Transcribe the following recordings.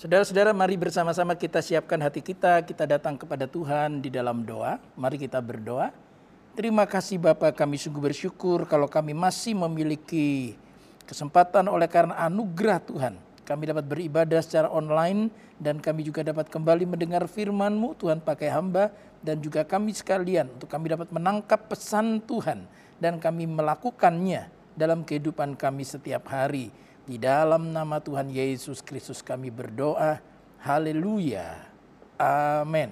Saudara-saudara, mari bersama-sama kita siapkan hati kita datang kepada Tuhan di dalam doa. Mari kita berdoa. Terima kasih Bapa, kami sungguh bersyukur kalau kami masih memiliki kesempatan oleh karena anugerah Tuhan. Kami dapat beribadah secara online dan kami juga dapat kembali mendengar firman-Mu. Tuhan pakai hamba dan juga kami sekalian untuk kami dapat menangkap pesan Tuhan dan kami melakukannya dalam kehidupan kami setiap hari. Di dalam nama Tuhan Yesus Kristus kami berdoa. Haleluya. Amin.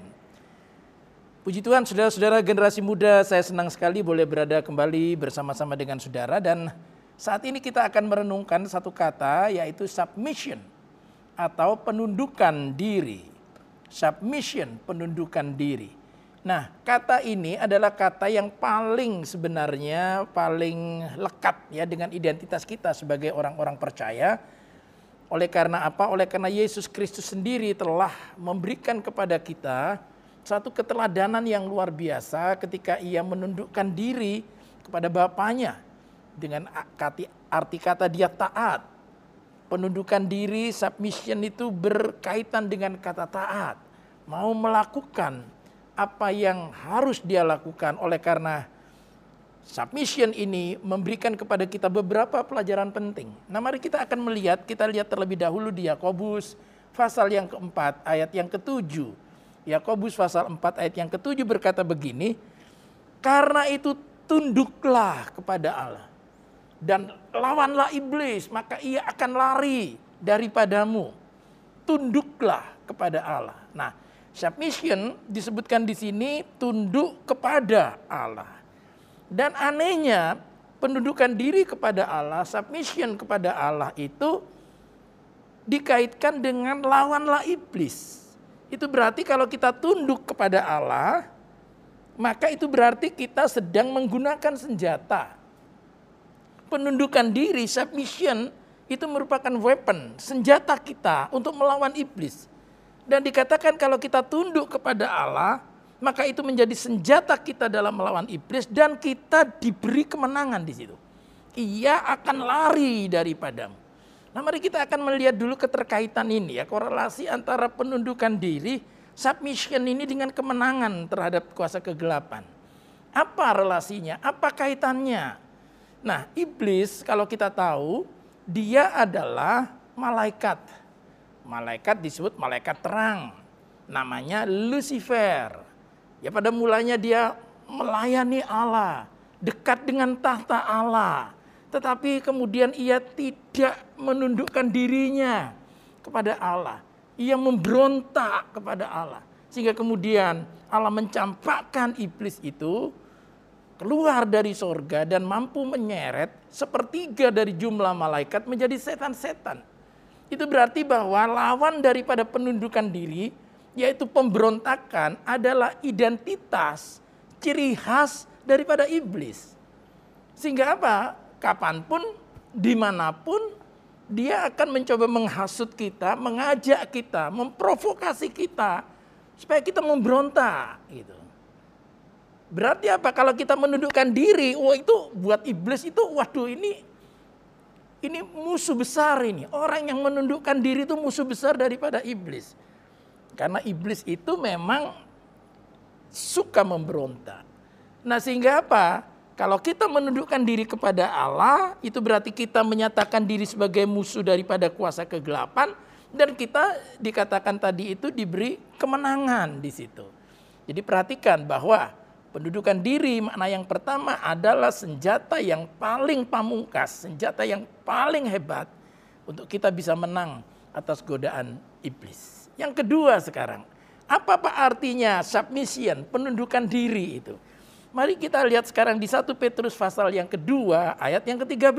Puji Tuhan, saudara-saudara generasi muda, saya senang sekali boleh berada kembali bersama-sama dengan saudara. Dan saat ini kita akan merenungkan satu kata, yaitu submission atau penundukan diri. Submission, penundukan diri. Nah, kata ini adalah kata yang paling sebenarnya paling lekat ya dengan identitas kita sebagai orang-orang percaya. Oleh karena apa? Oleh karena Yesus Kristus sendiri telah memberikan kepada kita satu keteladanan yang luar biasa ketika ia menundukkan diri kepada Bapaknya. Dengan arti kata dia taat. Penundukan diri, submission itu berkaitan dengan kata taat. Mau melakukan apa yang harus dia lakukan. Oleh karena submission ini memberikan kepada kita beberapa pelajaran penting. Nah, mari kita akan kita lihat terlebih dahulu di Yakobus pasal yang keempat ayat yang ketujuh. Yakobus pasal 4 ayat yang ketujuh berkata begini, karena itu tunduklah kepada Allah dan lawanlah iblis, maka ia akan lari daripadamu. Tunduklah kepada Allah. Nah, submission disebutkan di sini tunduk kepada Allah. Dan anehnya penundukan diri kepada Allah, submission kepada Allah itu dikaitkan dengan lawanlah iblis. Itu berarti kalau kita tunduk kepada Allah, maka itu berarti kita sedang menggunakan senjata. Penundukan diri, submission itu merupakan weapon, senjata kita untuk melawan iblis. Dan dikatakan kalau kita tunduk kepada Allah, maka itu menjadi senjata kita dalam melawan iblis dan kita diberi kemenangan di situ. Ia akan lari daripadamu. Nah, mari kita akan melihat dulu keterkaitan ini ya, korelasi antara penundukan diri, submission ini dengan kemenangan terhadap kuasa kegelapan. Apa relasinya? Apa kaitannya? Nah, iblis kalau kita tahu dia adalah malaikat. Malaikat disebut malaikat terang, namanya Lucifer. Ya, pada mulanya dia melayani Allah, dekat dengan tahta Allah. Tetapi kemudian ia tidak menundukkan dirinya kepada Allah. Ia memberontak kepada Allah. Sehingga kemudian Allah mencampakkan iblis itu keluar dari sorga dan mampu menyeret sepertiga dari jumlah malaikat menjadi setan-setan. Itu berarti bahwa lawan daripada penundukan diri, yaitu pemberontakan, adalah identitas, ciri khas daripada iblis. Sehingga apa? Kapanpun, dimanapun, dia akan mencoba menghasut kita, mengajak kita, memprovokasi kita, supaya kita memberontak. Gitu. Berarti apa? Kalau kita menundukkan diri, wah itu buat iblis itu, waduh ini musuh besar ini. Orang yang menundukkan diri itu musuh besar daripada iblis. Karena iblis itu memang suka memberontak. Nah, sehingga apa? Kalau kita menundukkan diri kepada Allah, itu berarti kita menyatakan diri sebagai musuh daripada kuasa kegelapan. Dan kita dikatakan tadi itu diberi kemenangan di situ. Jadi perhatikan bahwa pendudukan diri makna yang pertama adalah senjata yang paling pamungkas, senjata yang paling hebat untuk kita bisa menang atas godaan iblis. Yang kedua sekarang, apa artinya submission, penundukan diri itu? Mari kita lihat sekarang di 1 Petrus pasal yang kedua ayat yang ke-13.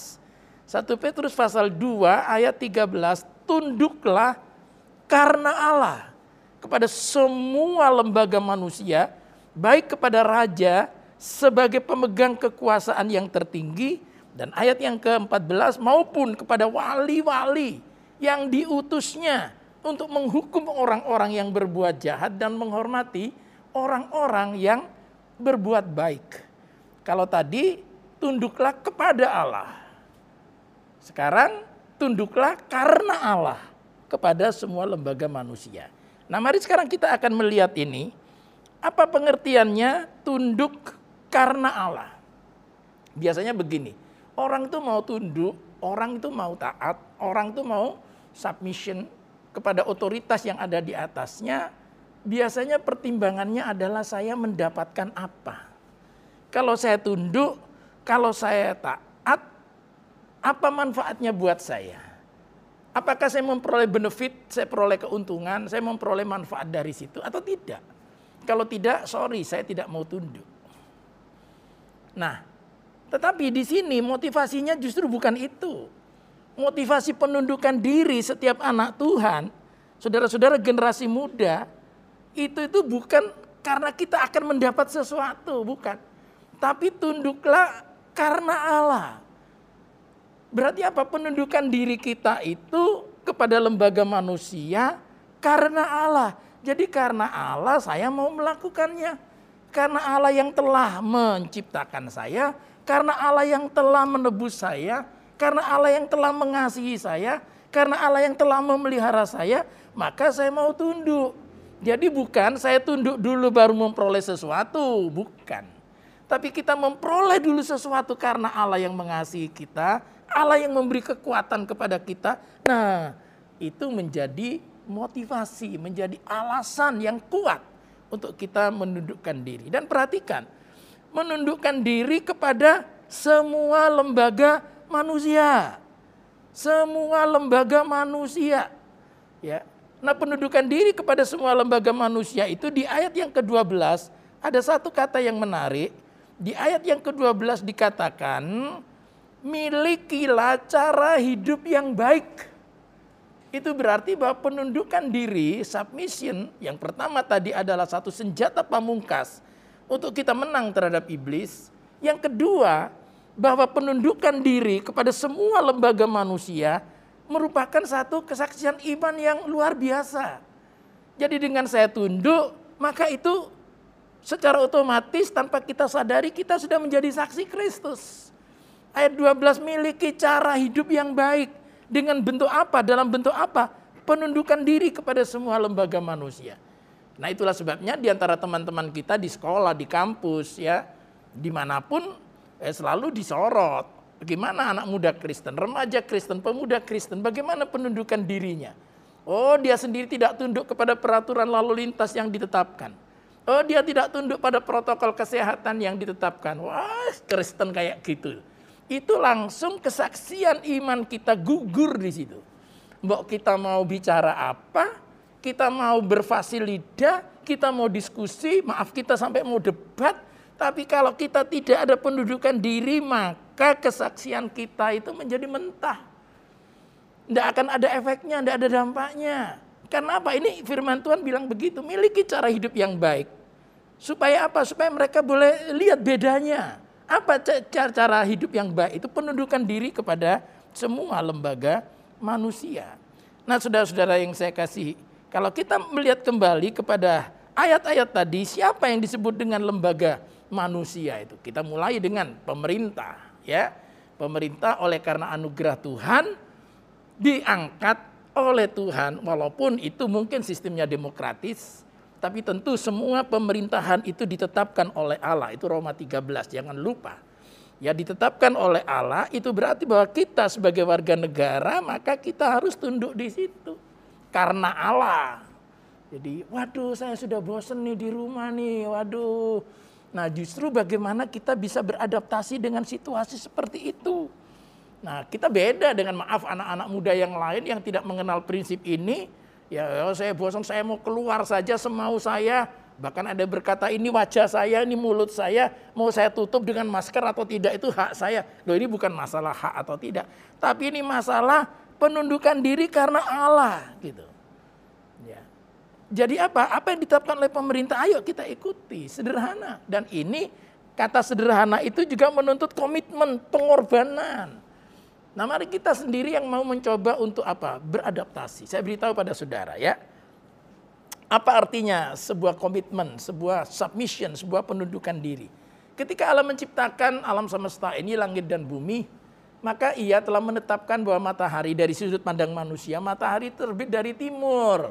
1 Petrus pasal 2 ayat 13, tunduklah karena Allah kepada semua lembaga manusia, baik kepada raja sebagai pemegang kekuasaan yang tertinggi, dan ayat yang ke-14 maupun kepada wali-wali yang diutusnya untuk menghukum orang-orang yang berbuat jahat dan menghormati orang-orang yang berbuat baik. Kalau tadi tunduklah kepada Allah, sekarang tunduklah karena Allah kepada semua lembaga manusia. Nah, mari sekarang kita akan melihat ini. Apa pengertiannya tunduk karena Allah? Biasanya begini, orang itu mau tunduk, orang itu mau taat, orang itu mau submission kepada otoritas yang ada di atasnya. Biasanya pertimbangannya adalah saya mendapatkan apa. Kalau saya tunduk, kalau saya taat, apa manfaatnya buat saya? Apakah saya memperoleh benefit, saya peroleh keuntungan, saya memperoleh manfaat dari situ atau tidak? Kalau tidak, sorry, saya tidak mau tunduk. Nah, tetapi di sini motivasinya justru bukan itu. Motivasi penundukan diri setiap anak Tuhan, saudara-saudara generasi muda, itu bukan karena kita akan mendapat sesuatu, bukan. Tapi tunduklah karena Allah. Berarti apa? Penundukan diri kita itu kepada lembaga manusia karena Allah. Jadi karena Allah saya mau melakukannya. Karena Allah yang telah menciptakan saya, karena Allah yang telah menebus saya, karena Allah yang telah mengasihi saya, karena Allah yang telah memelihara saya, maka saya mau tunduk. Jadi bukan saya tunduk dulu baru memperoleh sesuatu, bukan. Tapi kita memperoleh dulu sesuatu karena Allah yang mengasihi kita, Allah yang memberi kekuatan kepada kita. Nah, itu menjadi motivasi, menjadi alasan yang kuat untuk kita menundukkan diri. Dan perhatikan, menundukkan diri kepada semua lembaga manusia. Semua lembaga manusia. Ya. Nah, penundukan diri kepada semua lembaga manusia itu di ayat yang ke-12 ada satu kata yang menarik. Di ayat yang ke-12 dikatakan, milikilah cara hidup yang baik. Itu berarti bahwa penundukan diri, submission, yang pertama tadi adalah satu senjata pamungkas untuk kita menang terhadap iblis. Yang kedua, bahwa penundukan diri kepada semua lembaga manusia merupakan satu kesaksian iman yang luar biasa. Jadi dengan saya tunduk, maka itu secara otomatis tanpa kita sadari kita sudah menjadi saksi Kristus. Ayat 12, miliki cara hidup yang baik. Dengan bentuk apa? Dalam bentuk apa? Penundukan diri kepada semua lembaga manusia. Nah, itulah sebabnya di antara teman-teman kita di sekolah, di kampus, ya, dimanapun selalu disorot. Bagaimana anak muda Kristen, remaja Kristen, pemuda Kristen, bagaimana penundukan dirinya? Oh, dia sendiri tidak tunduk kepada peraturan lalu lintas yang ditetapkan. Oh, dia tidak tunduk pada protokol kesehatan yang ditetapkan. Wah, Kristen kayak gitu. Itu langsung kesaksian iman kita gugur di situ. Mbok kita mau bicara apa, kita mau berfasih lidah, kita mau diskusi, maaf kita sampai mau debat, tapi kalau kita tidak ada pendudukan diri, maka kesaksian kita itu menjadi mentah. Tidak akan ada efeknya, tidak ada dampaknya. Karena apa? Ini firman Tuhan bilang begitu, miliki cara hidup yang baik. Supaya apa? Supaya mereka boleh lihat bedanya. Apa cara hidup yang baik? Itu penundukan diri kepada semua lembaga manusia. Nah, saudara-saudara yang saya kasih, kalau kita melihat kembali kepada ayat-ayat tadi, siapa yang disebut dengan lembaga manusia itu? Kita mulai dengan pemerintah, ya. Pemerintah oleh karena anugerah Tuhan diangkat oleh Tuhan, walaupun itu mungkin sistemnya demokratis. Tapi tentu semua pemerintahan itu ditetapkan oleh Allah. Itu Roma 13, jangan lupa. Ya, ditetapkan oleh Allah itu berarti bahwa kita sebagai warga negara maka kita harus tunduk di situ. Karena Allah. Jadi waduh saya sudah bosan nih di rumah nih, waduh. Nah justru bagaimana kita bisa beradaptasi dengan situasi seperti itu. Nah kita beda dengan maaf anak-anak muda yang lain yang tidak mengenal prinsip ini. Ya saya bosan, saya mau keluar saja semau saya. Bahkan ada berkata ini wajah saya, ini mulut saya. Mau saya tutup dengan masker atau tidak itu hak saya. Loh ini bukan masalah hak atau tidak. Tapi ini masalah penundukan diri karena Allah gitu. Ya. Jadi apa? Apa yang ditetapkan oleh pemerintah ayo kita ikuti. Sederhana. Dan ini kata sederhana itu juga menuntut komitmen, pengorbanan. Nah mari kita sendiri yang mau mencoba untuk apa? Beradaptasi. Saya beritahu pada saudara ya. Apa artinya sebuah komitmen, sebuah submission, sebuah penundukan diri. Ketika Allah menciptakan alam semesta ini, langit dan bumi. Maka ia telah menetapkan bahwa matahari dari sudut pandang manusia, matahari terbit dari timur.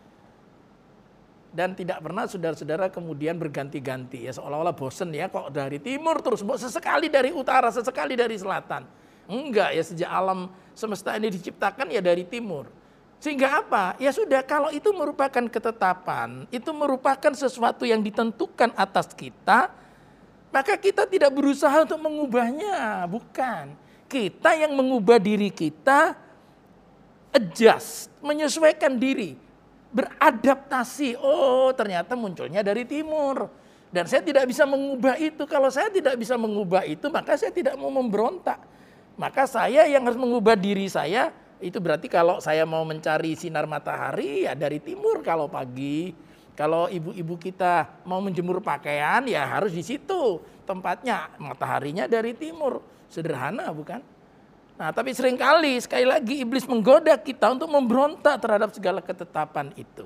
Dan tidak pernah saudara-saudara kemudian berganti-ganti. Ya seolah-olah bosen ya kok dari timur terus. Sesekali dari utara, sesekali dari selatan. Enggak ya, sejak alam semesta ini diciptakan ya dari timur. Sehingga apa? Ya sudah, kalau itu merupakan ketetapan, itu merupakan sesuatu yang ditentukan atas kita, maka kita tidak berusaha untuk mengubahnya. Bukan. Kita yang mengubah diri kita, adjust, menyesuaikan diri, beradaptasi. Oh ternyata munculnya dari timur. Dan saya tidak bisa mengubah itu. Kalau saya tidak bisa mengubah itu, maka saya tidak mau memberontak. Maka saya yang harus mengubah diri saya, itu berarti kalau saya mau mencari sinar matahari ya dari timur kalau pagi. Kalau ibu-ibu kita mau menjemur pakaian ya harus di situ tempatnya, mataharinya dari timur. Sederhana bukan? Nah tapi seringkali sekali lagi iblis menggoda kita untuk memberontak terhadap segala ketetapan itu.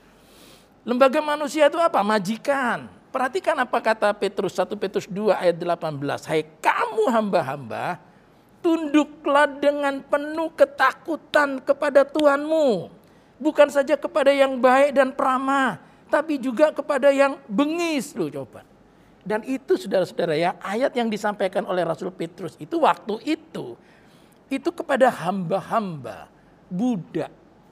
Lembaga manusia itu apa? Majikan. Perhatikan apa kata Petrus, 1 Petrus 2 ayat 18. Hai kamu hamba-hamba, tunduklah dengan penuh ketakutan kepada Tuhanmu. Bukan saja kepada yang baik dan pramah, tapi juga kepada yang bengis. Loh coba. Dan itu saudara-saudara ya, ayat yang disampaikan oleh Rasul Petrus itu waktu itu kepada hamba-hamba budak.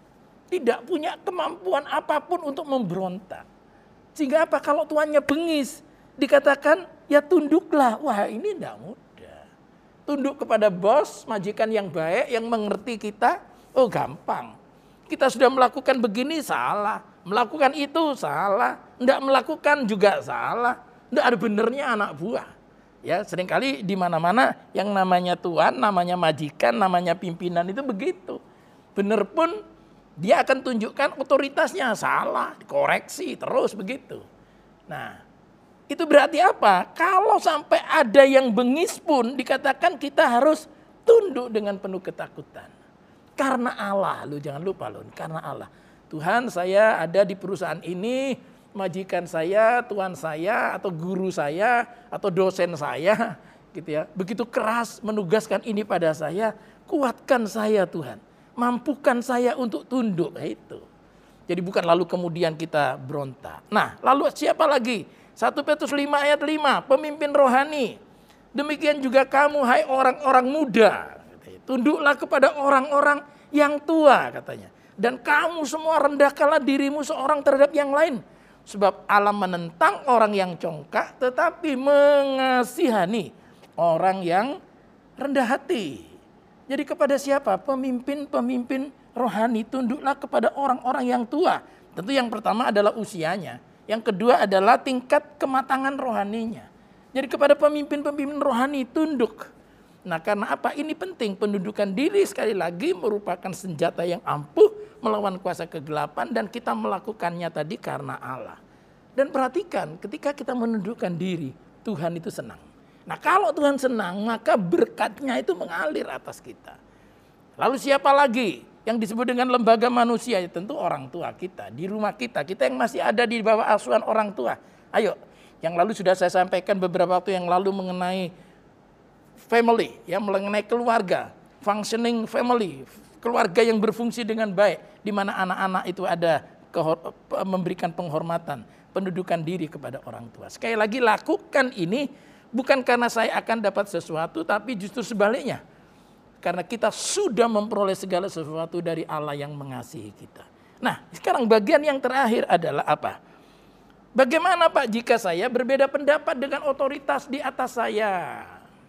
Tidak punya kemampuan apapun untuk memberontak. Sehingga apa? Kalau tuannya bengis, dikatakan ya tunduklah. Wah ini tidak mudah. Tunduk kepada bos, majikan yang baik, yang mengerti kita, oh gampang. Kita sudah melakukan begini salah, melakukan itu salah, tidak melakukan juga salah. Tidak ada benernya anak buah. Ya, seringkali di mana-mana yang namanya tuan, namanya majikan, namanya pimpinan itu begitu. Bener pun dia akan tunjukkan otoritasnya salah, dikoreksi terus begitu. Nah, itu berarti apa? Kalau sampai ada yang bengis pun dikatakan kita harus tunduk dengan penuh ketakutan. Karena Allah, lu jangan lupa loh, karena Allah. Tuhan, saya ada di perusahaan ini, majikan saya, tuan saya, atau guru saya, atau dosen saya, gitu ya. Begitu keras menugaskan ini pada saya, kuatkan saya Tuhan, mampukan saya untuk tunduk. Nah, itu. Jadi bukan lalu kemudian kita berontak. Nah, lalu siapa lagi? 1 Petrus 5 ayat 5, pemimpin rohani. Demikian juga kamu, hai orang-orang muda, tunduklah kepada orang-orang yang tua, katanya. Dan kamu semua rendahkanlah dirimu seorang terhadap yang lain. Sebab Allah menentang orang yang congkak tetapi mengasihani orang yang rendah hati. Jadi kepada siapa? Pemimpin-pemimpin rohani tunduklah kepada orang-orang yang tua. Tentu yang pertama adalah usianya. Yang kedua adalah tingkat kematangan rohaninya. Jadi kepada pemimpin-pemimpin rohani tunduk. Nah karena apa? Ini penting, pendudukan diri sekali lagi merupakan senjata yang ampuh melawan kuasa kegelapan dan kita melakukannya tadi karena Allah. Dan perhatikan ketika kita menundukkan diri, Tuhan itu senang. Nah kalau Tuhan senang maka berkatnya itu mengalir atas kita. Lalu siapa lagi yang disebut dengan lembaga manusia? Ya, tentu orang tua kita, di rumah kita yang masih ada di bawah asuhan orang tua. Ayo, yang lalu sudah saya sampaikan beberapa waktu yang lalu mengenai family, ya mengenai keluarga, functioning family, keluarga yang berfungsi dengan baik, di mana anak-anak itu ada memberikan penghormatan, pendudukan diri kepada orang tua. Sekali lagi lakukan ini bukan karena saya akan dapat sesuatu, tapi justru sebaliknya. Karena kita sudah memperoleh segala sesuatu dari Allah yang mengasihi kita. Nah, sekarang bagian yang terakhir adalah apa? Bagaimana Pak jika saya berbeda pendapat dengan otoritas di atas saya?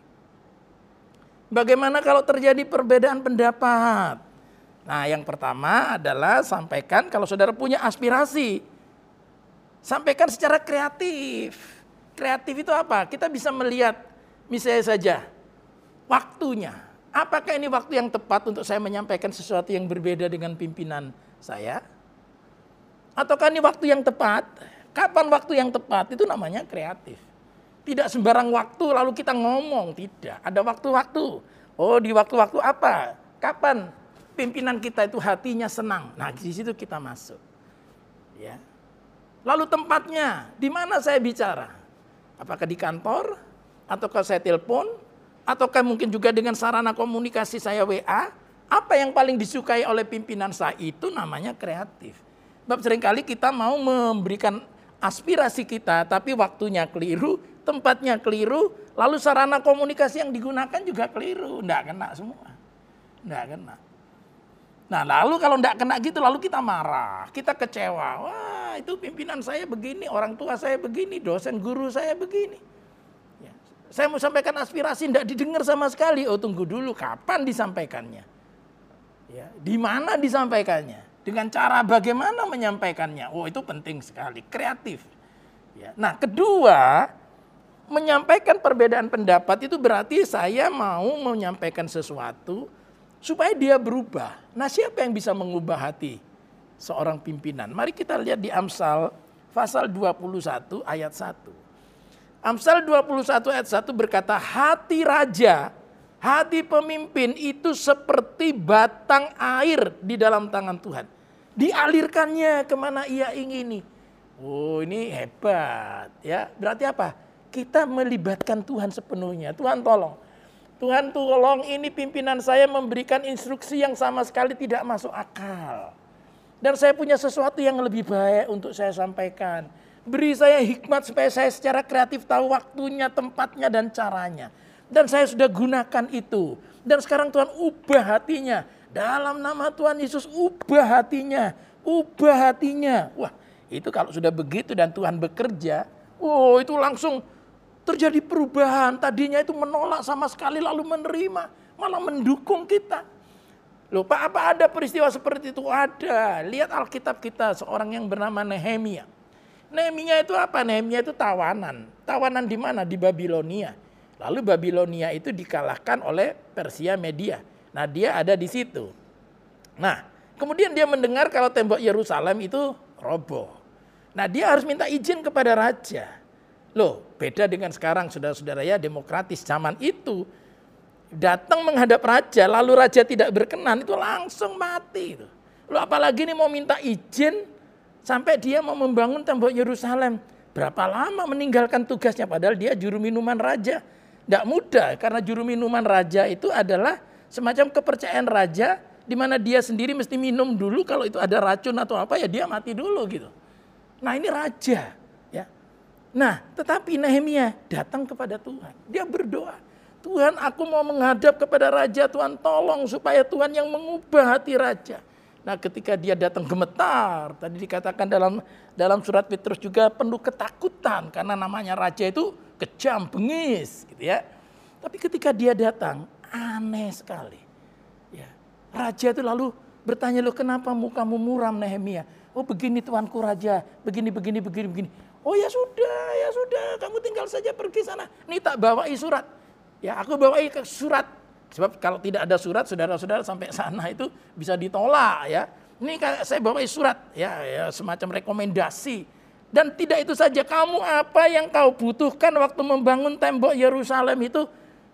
Bagaimana kalau terjadi perbedaan pendapat? Nah, yang pertama adalah sampaikan kalau saudara punya aspirasi. Sampaikan secara kreatif. Kreatif itu apa? Kita bisa melihat misalnya saja waktunya. Apakah ini waktu yang tepat untuk saya menyampaikan sesuatu yang berbeda dengan pimpinan saya? Ataukah ini waktu yang tepat? Kapan waktu yang tepat? Itu namanya kreatif. Tidak sembarang waktu lalu kita ngomong, tidak. Ada waktu-waktu. Oh, di waktu-waktu apa? Kapan pimpinan kita itu hatinya senang? Nah, di situ kita masuk. Ya. Lalu tempatnya, di mana saya bicara? Apakah di kantor? Ataukah saya telepon? ataukah mungkin juga dengan sarana komunikasi saya WA, apa yang paling disukai oleh pimpinan saya? Itu namanya kreatif. Sebab seringkali kita mau memberikan aspirasi kita, tapi waktunya keliru, tempatnya keliru, lalu sarana komunikasi yang digunakan juga keliru. Nggak kena semua. Nggak kena. Nah lalu kalau nggak kena gitu, lalu kita marah, kita kecewa. Wah itu pimpinan saya begini, orang tua saya begini, dosen guru saya begini. Ya. Saya mau sampaikan aspirasi, nggak didengar sama sekali. Oh tunggu dulu, kapan disampaikannya? Ya, di mana disampaikannya? Dengan cara bagaimana menyampaikannya? Oh itu penting sekali, kreatif. Ya. Nah kedua, menyampaikan perbedaan pendapat itu berarti saya mau menyampaikan sesuatu supaya dia berubah. Nah siapa yang bisa mengubah hati seorang pimpinan? Mari kita lihat di Amsal pasal 21 ayat 1. Amsal 21 ayat 1 berkata, hati raja, hati pemimpin itu seperti batang air di dalam tangan Tuhan. Dialirkannya kemana ia ingini. Oh ini hebat ya. Berarti apa? Kita melibatkan Tuhan sepenuhnya. Tuhan tolong. Tuhan tolong ini pimpinan saya memberikan instruksi yang sama sekali tidak masuk akal. Dan saya punya sesuatu yang lebih baik untuk saya sampaikan. Beri saya hikmat supaya saya secara kreatif tahu waktunya, tempatnya, dan caranya. Dan saya sudah gunakan itu. Dan sekarang Tuhan ubah hatinya. Dalam nama Tuhan Yesus ubah hatinya. Ubah hatinya. Wah itu kalau sudah begitu dan Tuhan bekerja. Oh itu langsung terjadi perubahan, tadinya itu menolak sama sekali lalu menerima, malah mendukung kita. Loh Pak, apa ada peristiwa seperti itu? Ada. Lihat Alkitab kita, seorang yang bernama Nehemia. Nehemia itu apa? Nehemia itu tawanan. Tawanan di mana? Di Babilonia. Lalu Babilonia itu dikalahkan oleh Persia Media. Nah dia ada di situ. Nah kemudian dia mendengar kalau tembok Yerusalem itu roboh. Nah dia harus minta izin kepada raja. Loh, beda dengan sekarang saudara-saudara ya, demokratis. Zaman itu datang menghadap raja, lalu raja tidak berkenan, itu langsung mati. Loh, apalagi ini mau minta izin sampai dia mau membangun tembok Yerusalem. Berapa lama meninggalkan tugasnya, padahal dia juru minuman raja. Tidak mudah, karena juru minuman raja itu adalah semacam kepercayaan raja, di mana dia sendiri mesti minum dulu, kalau itu ada racun atau apa ya dia mati dulu gitu. Nah ini raja. Nah, tetapi Nehemia datang kepada Tuhan. Dia berdoa. Tuhan, aku mau menghadap kepada raja. Tuhan, tolong supaya Tuhan yang mengubah hati raja. Nah, ketika dia datang gemetar, tadi dikatakan dalam surat Petrus juga penuh ketakutan karena namanya raja itu kejam, bengis, gitu ya. Tapi ketika dia datang, aneh sekali. Ya, raja itu lalu bertanya, loh kenapa mukamu muram Nehemia? Oh begini tuanku raja, begini. Oh ya sudah, kamu tinggal saja pergi sana. Ini tak bawai surat. Ya aku bawai ke surat. Sebab kalau tidak ada surat, saudara-saudara sampai sana itu bisa ditolak ya. Ini saya bawai surat, ya semacam rekomendasi. Dan tidak itu saja, kamu apa yang kau butuhkan waktu membangun tembok Yerusalem itu,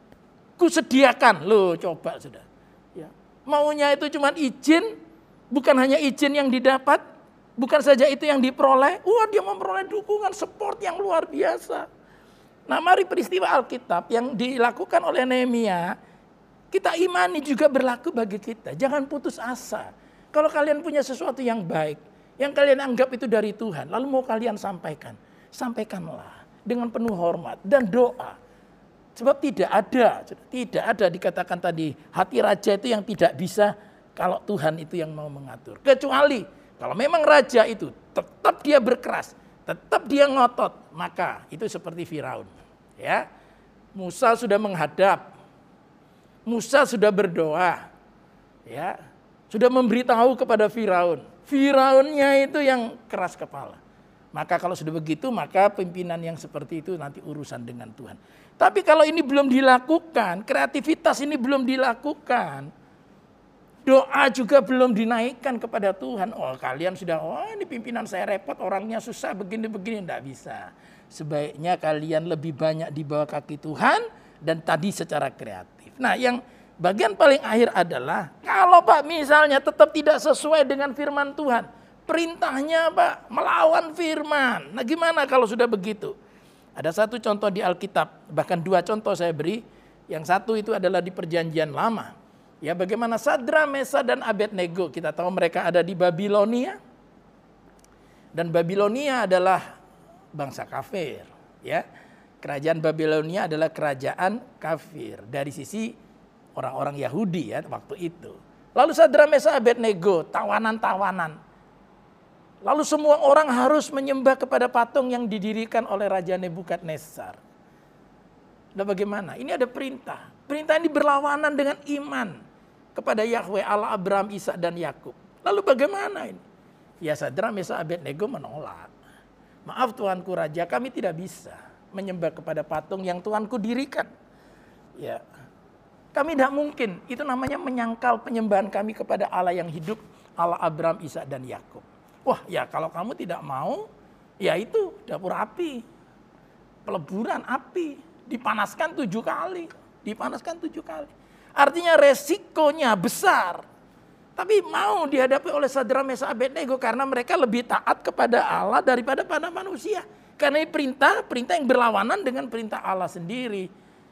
kusediakan. Loh coba sudah. Ya. Maunya itu cuma izin, bukan hanya izin yang didapat. Bukan saja itu yang diperoleh, dia memperoleh dukungan, support yang luar biasa. Nah mari peristiwa Alkitab yang dilakukan oleh Nehemia, kita imani juga berlaku bagi kita. Jangan putus asa. Kalau kalian punya sesuatu yang baik, yang kalian anggap itu dari Tuhan, lalu mau kalian sampaikan, sampaikanlah dengan penuh hormat dan doa. Sebab tidak ada dikatakan tadi, hati raja itu yang tidak bisa kalau Tuhan itu yang mau mengatur. Kecuali kalau memang raja itu tetap dia berkeras, tetap dia ngotot, maka itu seperti Firaun. Ya, Musa sudah menghadap, Musa sudah berdoa, ya, sudah memberitahu kepada Firaun. Firaunnya itu yang keras kepala. Maka kalau sudah begitu, maka pimpinan yang seperti itu nanti urusan dengan Tuhan. Tapi kalau ini belum dilakukan, kreativitas ini belum dilakukan, doa juga belum dinaikkan kepada Tuhan. Oh kalian sudah, ini pimpinan saya repot, orangnya susah, begini-begini. Tidak bisa. Sebaiknya kalian lebih banyak di bawah kaki Tuhan dan tadi secara kreatif. Nah yang bagian paling akhir adalah, kalau Pak misalnya tetap tidak sesuai dengan firman Tuhan, perintahnya Pak melawan firman. Nah gimana kalau sudah begitu? Ada satu contoh di Alkitab, bahkan dua contoh saya beri. Yang satu itu adalah di perjanjian lama. Ya, bagaimana Sadra, Mesa, dan Abednego, kita tahu mereka ada di Babilonia. Dan Babilonia adalah bangsa kafir. Ya, kerajaan Babilonia adalah kerajaan kafir dari sisi orang-orang Yahudi ya waktu itu. Lalu Sadra, Mesa, Abednego, tawanan-tawanan. Lalu semua orang harus menyembah kepada patung yang didirikan oleh Raja Nebukadnezar. Nah bagaimana? Ini ada perintah. Perintah ini berlawanan dengan iman kepada Yahweh Allah Abraham, Ishak dan Yakub. Lalu bagaimana ini? Ya Sadra, Mesa, Abednego menolak. Maaf Tuanku Raja, kami tidak bisa menyembah kepada patung yang Tuanku dirikan. Ya, kami tidak mungkin. Itu namanya menyangkal penyembahan kami kepada Allah yang hidup, Allah Abraham, Ishak dan Yakub. Wah ya kalau kamu tidak mau, ya itu dapur api, peleburan api, dipanaskan 7 kali. Dipanaskan 7 kali. Artinya resikonya besar. Tapi mau dihadapi oleh Sadra, Mesa, Abednego karena mereka lebih taat kepada Allah daripada pada manusia. Karena ini perintah yang berlawanan dengan perintah Allah sendiri.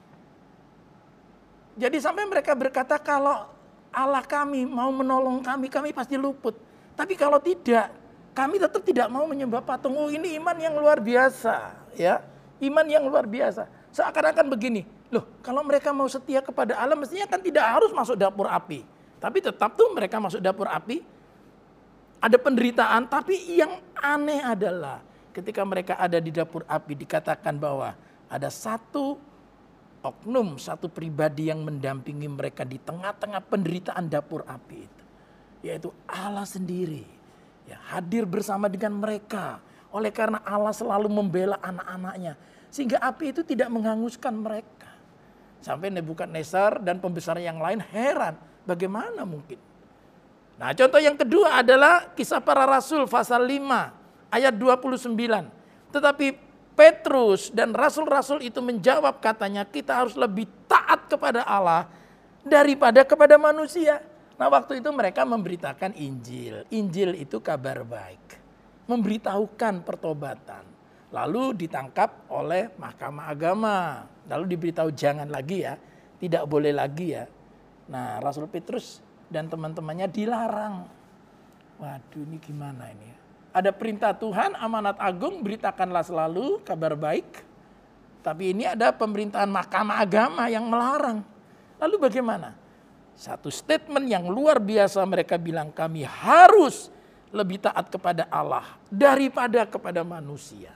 Jadi sampai mereka berkata kalau Allah kami mau menolong kami, kami pasti luput. Tapi kalau tidak, kami tetap tidak mau menyembah patung. Oh ini iman yang luar biasa. Ya, iman yang luar biasa. Seakan-akan begini, loh kalau mereka mau setia kepada Allah mestinya kan tidak harus masuk dapur api. Tapi tetap tuh mereka masuk dapur api. Ada penderitaan, tapi yang aneh adalah ketika mereka ada di dapur api dikatakan bahwa ada satu oknum, satu pribadi yang mendampingi mereka di tengah-tengah penderitaan dapur api itu. Yaitu Allah sendiri. Ya, hadir bersama dengan mereka. Oleh karena Allah selalu membela anak-anaknya. Sehingga api itu tidak menghanguskan mereka. Sampai Nebukadnezar dan pembesar yang lain heran. Bagaimana mungkin? Nah contoh yang kedua adalah Kisah Para Rasul pasal 5 ayat 29. Tetapi Petrus dan rasul-rasul itu menjawab katanya kita harus lebih taat kepada Allah daripada kepada manusia. Nah waktu itu mereka memberitakan Injil. Injil itu kabar baik. Memberitahukan pertobatan. Lalu ditangkap oleh mahkamah agama. Lalu diberitahu jangan lagi ya. Tidak boleh lagi ya. Nah Rasul Petrus dan teman-temannya dilarang. Waduh ini gimana ini ya. Ada perintah Tuhan, amanat agung, beritakanlah selalu kabar baik. Tapi ini ada pemerintahan mahkamah agama yang melarang. Lalu bagaimana? Satu statement yang luar biasa mereka bilang kami harus lebih taat kepada Allah daripada kepada manusia.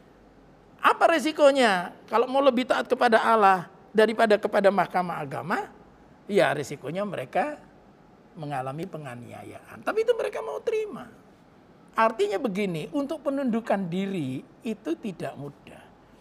Apa resikonya? Kalau mau lebih taat kepada Allah daripada kepada mahkamah agama, ya resikonya mereka mengalami penganiayaan. Tapi itu mereka mau terima. Artinya begini, untuk penundukan diri itu tidak mudah.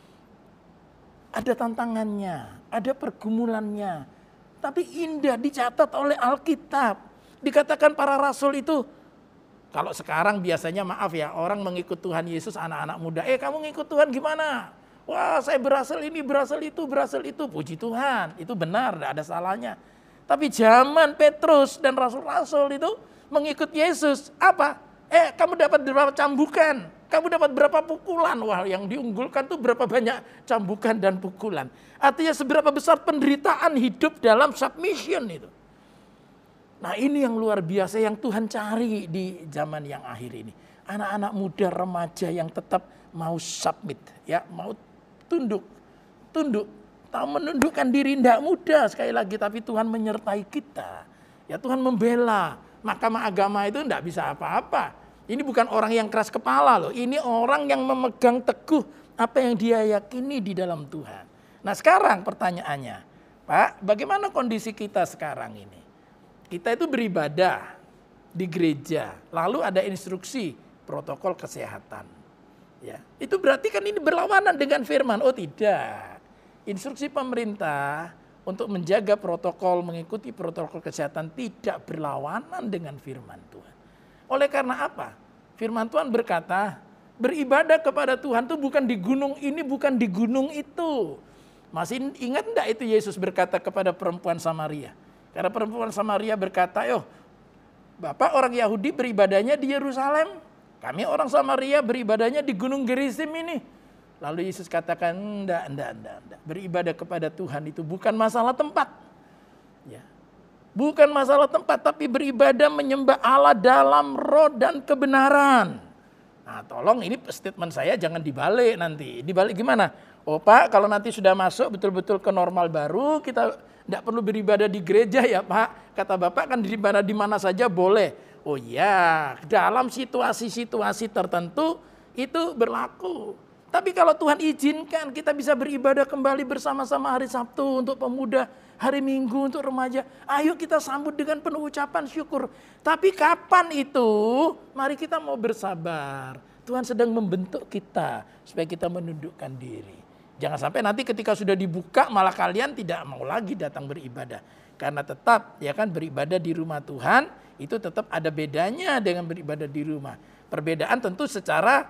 Ada tantangannya, ada pergumulannya. Tapi indah dicatat oleh Alkitab. Dikatakan para rasul itu, kalau sekarang biasanya maaf ya, orang mengikut Tuhan Yesus anak-anak muda. Kamu ngikut Tuhan gimana? Wah saya berhasil ini, berhasil itu. Puji Tuhan, itu benar, tidak ada salahnya. Tapi zaman Petrus dan rasul-rasul itu mengikut Yesus, apa? Kamu dapat berapa cambukan? Kamu dapat berapa pukulan? Wah yang diunggulkan tuh berapa banyak cambukan dan pukulan. Artinya seberapa besar penderitaan hidup dalam submission itu. Nah ini yang luar biasa yang Tuhan cari di zaman yang akhir ini. Anak-anak muda remaja yang tetap mau submit, ya, mau tunduk. Tahu menundukkan diri tidak mudah sekali lagi, tapi Tuhan menyertai kita. Ya Tuhan membela. Mahkamah agama itu tidak bisa apa-apa. Ini bukan orang yang keras kepala loh. Ini orang yang memegang teguh apa yang dia yakini di dalam Tuhan. Nah sekarang pertanyaannya, Pak, bagaimana kondisi kita sekarang ini? Kita itu beribadah di gereja, lalu ada instruksi protokol kesehatan. Ya, itu berarti kan ini berlawanan dengan firman. Oh tidak, instruksi pemerintah untuk menjaga protokol, mengikuti protokol kesehatan tidak berlawanan dengan firman Tuhan. Oleh karena apa? Firman Tuhan berkata, beribadah kepada Tuhan itu bukan di gunung ini, bukan di gunung itu. Masih ingat enggak itu Yesus berkata kepada perempuan Samaria? Karena perempuan Samaria berkata, Bapak orang Yahudi beribadahnya di Yerusalem. Kami orang Samaria beribadahnya di Gunung Gerizim ini. Lalu Yesus katakan, enggak. Beribadah kepada Tuhan itu bukan masalah tempat. Ya. Bukan masalah tempat, tapi beribadah menyembah Allah dalam roh dan kebenaran. Nah, tolong ini statement saya jangan dibalik nanti. Dibalik gimana? Oh Pak, kalau nanti sudah masuk betul-betul ke normal baru, kita tidak perlu beribadah di gereja ya Pak. Kata Bapak kan di mana saja boleh. Oh iya, dalam situasi-situasi tertentu itu berlaku. Tapi kalau Tuhan izinkan kita bisa beribadah kembali bersama-sama hari Sabtu untuk pemuda, hari Minggu untuk remaja. Ayo kita sambut dengan penuh ucapan syukur. Tapi kapan itu? Mari kita mau bersabar. Tuhan sedang membentuk kita supaya kita menundukkan diri. Jangan sampai nanti ketika sudah dibuka malah kalian tidak mau lagi datang beribadah. Karena tetap ya kan beribadah di rumah Tuhan itu tetap ada bedanya dengan beribadah di rumah. Perbedaan tentu secara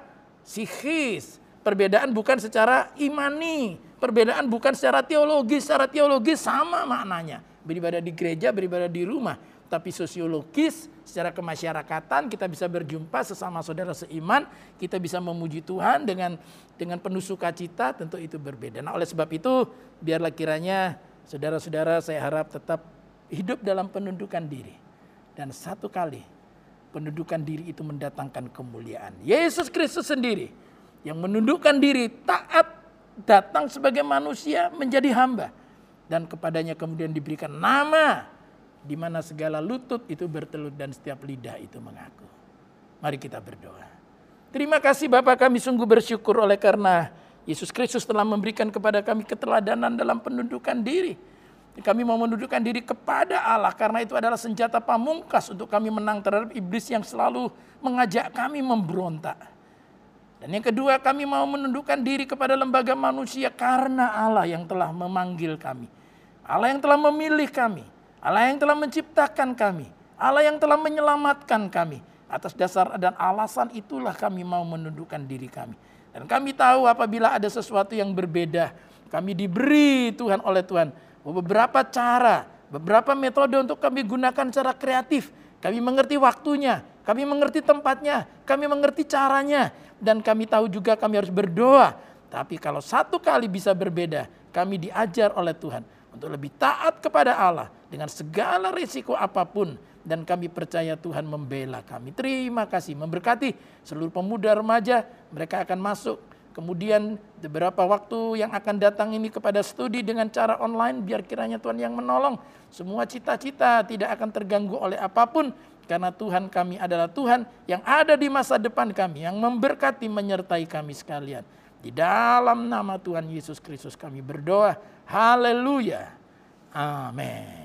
psikis. Perbedaan bukan secara imani, perbedaan bukan secara teologis. Secara teologis sama maknanya. Beribadah di gereja, beribadah di rumah. Tapi sosiologis, secara kemasyarakatan kita bisa berjumpa sesama saudara seiman. Kita bisa memuji Tuhan dengan penuh sukacita, tentu itu berbeda. Nah oleh sebab itu, biarlah kiranya saudara-saudara saya harap tetap hidup dalam penundukan diri. Dan satu kali, penundukan diri itu mendatangkan kemuliaan. Yesus Kristus sendiri yang menundukkan diri, taat, datang sebagai manusia menjadi hamba. Dan kepadanya kemudian diberikan nama di mana segala lutut itu bertelut dan setiap lidah itu mengaku. Mari kita berdoa. Terima kasih Bapa, kami sungguh bersyukur oleh karena Yesus Kristus telah memberikan kepada kami keteladanan dalam penundukan diri. Kami mau menundukkan diri kepada Allah karena itu adalah senjata pamungkas untuk kami menang terhadap iblis yang selalu mengajak kami memberontak. Dan yang kedua, kami mau menundukkan diri kepada lembaga manusia karena Allah yang telah memanggil kami. Allah yang telah memilih kami. Allah yang telah menciptakan kami. Allah yang telah menyelamatkan kami. Atas dasar dan alasan itulah kami mau menundukkan diri kami. Dan kami tahu apabila ada sesuatu yang berbeda, kami diberi Tuhan oleh Tuhan beberapa cara, beberapa metode untuk kami gunakan secara kreatif. Kami mengerti waktunya, kami mengerti tempatnya, kami mengerti caranya. Dan kami tahu juga kami harus berdoa. Tapi kalau satu kali bisa berbeda, kami diajar oleh Tuhan untuk lebih taat kepada Allah dengan segala risiko apapun. Dan kami percaya Tuhan membela kami. Terima kasih, memberkati seluruh pemuda remaja, mereka akan masuk. Kemudian beberapa waktu yang akan datang ini kepada studi dengan cara online, biar kiranya Tuhan yang menolong. Semua cita-cita tidak akan terganggu oleh apapun. Karena Tuhan kami adalah Tuhan yang ada di masa depan kami, yang memberkati menyertai kami sekalian. Di dalam nama Tuhan Yesus Kristus kami berdoa. Haleluya. Amin.